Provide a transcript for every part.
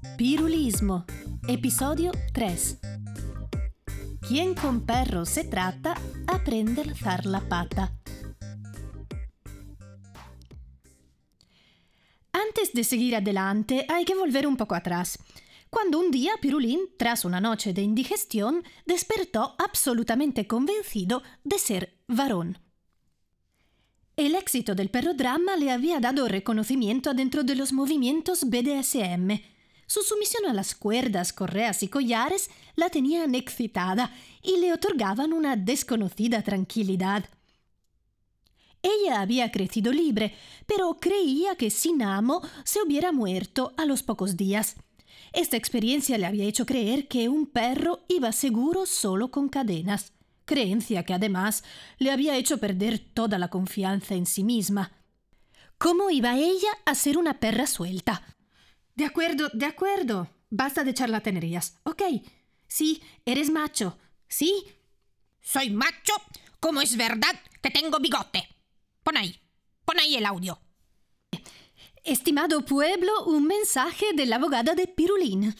Pirulismo, episodio 3. Quien con perro se trata, aprende a alzar la pata. Antes de seguir adelante, hay que volver un poco atrás. Cuando un día Pirulín, tras una noche de indigestión, despertó absolutamente convencido de ser varón. El éxito del perrodrama le había dado reconocimiento dentro de los movimientos BDSM. Su sumisión a las cuerdas, correas y collares la tenían excitada y le otorgaban una desconocida tranquilidad. Ella había crecido libre, pero creía que sin amo se hubiera muerto a los pocos días. Esta experiencia le había hecho creer que un perro iba seguro solo con cadenas, creencia que además le había hecho perder toda la confianza en sí misma. ¿Cómo iba ella a ser una perra suelta? De acuerdo. Basta de charlatanerías. Ok. Sí, eres macho. ¿Sí? Soy macho, como es verdad que tengo bigote. Pon ahí el audio. Estimado pueblo, un mensaje de la abogada de Pirulín.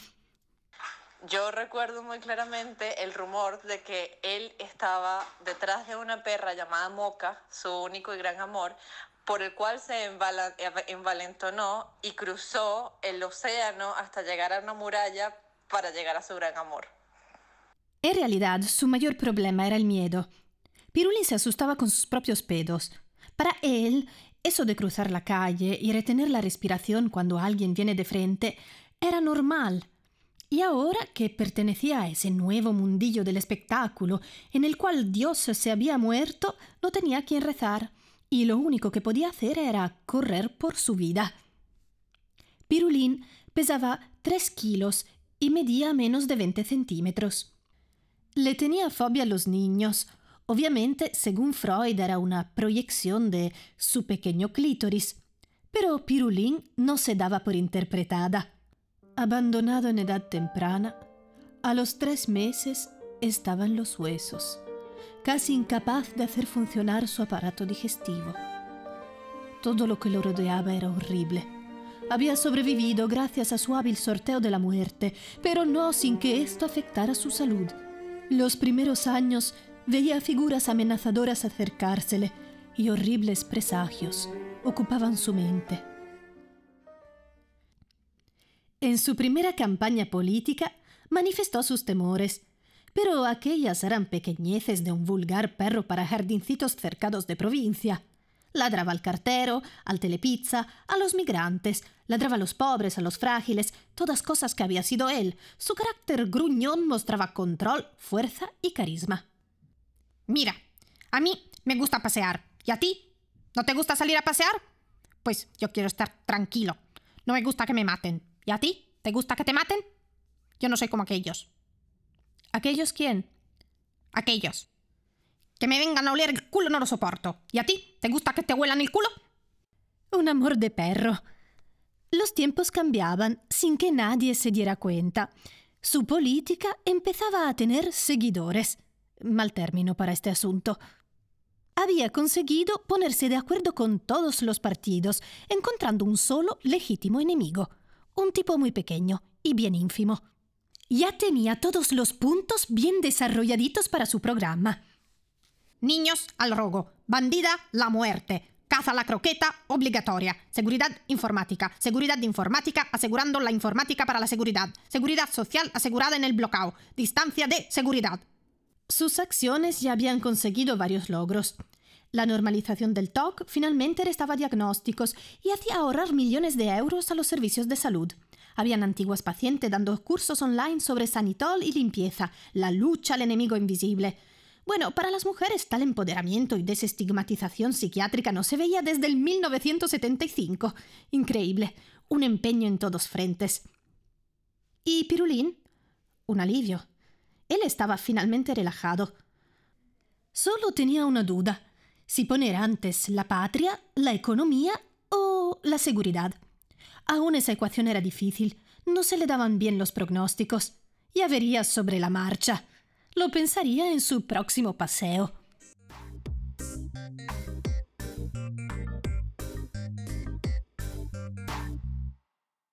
Yo recuerdo muy claramente el rumor de que él estaba detrás de una perra llamada Moca, su único y gran amor, por el cual se envalentonó y cruzó el océano hasta llegar a una muralla para llegar a su gran amor. En realidad, su mayor problema era el miedo. Pirulín se asustaba con sus propios pedos. Para él, eso de cruzar la calle y retener la respiración cuando alguien viene de frente era normal. Y ahora que pertenecía a ese nuevo mundillo del espectáculo, en el cual Dios se había muerto, no tenía a quien rezar, y lo único que podía hacer era correr por su vida. Pirulín pesaba 3 kilos y medía menos de 20 centímetros. Le tenía fobia a los niños. Obviamente, según Freud, era una proyección de su pequeño clítoris, pero Pirulín no se daba por interpretada. Abandonado en edad temprana, a los 3 meses estaba en los huesos, casi incapaz de hacer funcionar su aparato digestivo. Todo lo que lo rodeaba era horrible. Había sobrevivido gracias a su hábil sorteo de la muerte, pero no sin que esto afectara su salud. Los primeros años veía figuras amenazadoras acercársele y horribles presagios ocupaban su mente. En su primera campaña política manifestó sus temores, pero aquellas eran pequeñeces de un vulgar perro para jardincitos cercados de provincia. Ladraba al cartero, al telepizza, a los migrantes, ladraba a los pobres, a los frágiles, todas cosas que había sido él. Su carácter gruñón mostraba control, fuerza y carisma. Mira, a mí me gusta pasear. ¿Y a ti? ¿No te gusta salir a pasear? Pues yo quiero estar tranquilo. No me gusta que me maten. ¿Y a ti? ¿Te gusta que te maten? Yo no soy como aquellos. ¿Aquellos quién? Aquellos. Que me vengan a oler el culo no lo soporto. ¿Y a ti? ¿Te gusta que te huelan el culo? Un amor de perro. Los tiempos cambiaban sin que nadie se diera cuenta. Su política empezaba a tener seguidores. Mal término para este asunto. Había conseguido ponerse de acuerdo con todos los partidos, encontrando un solo legítimo enemigo. Un tipo muy pequeño y bien ínfimo. Ya tenía todos los puntos bien desarrolladitos para su programa. Niños al rogo, bandida la muerte, caza a la croqueta obligatoria, seguridad informática asegurando la informática para la seguridad social asegurada en el bloqueo, distancia de seguridad. Sus acciones ya habían conseguido varios logros. La normalización del TOC finalmente restaba diagnósticos y hacía ahorrar millones de euros a los servicios de salud. Habían antiguas pacientes dando cursos online sobre sanitol y limpieza, la lucha al enemigo invisible. Bueno, para las mujeres tal empoderamiento y desestigmatización psiquiátrica no se veía desde el 1975. Increíble, un empeño en todos frentes. ¿Y Pirulín? Un alivio. Él estaba finalmente relajado. Solo tenía una duda: si poner antes la patria, la economía o la seguridad. Aún esa ecuación era difícil, no se le daban bien los pronósticos. Ya vería sobre la marcha. Lo pensaría en su próximo paseo.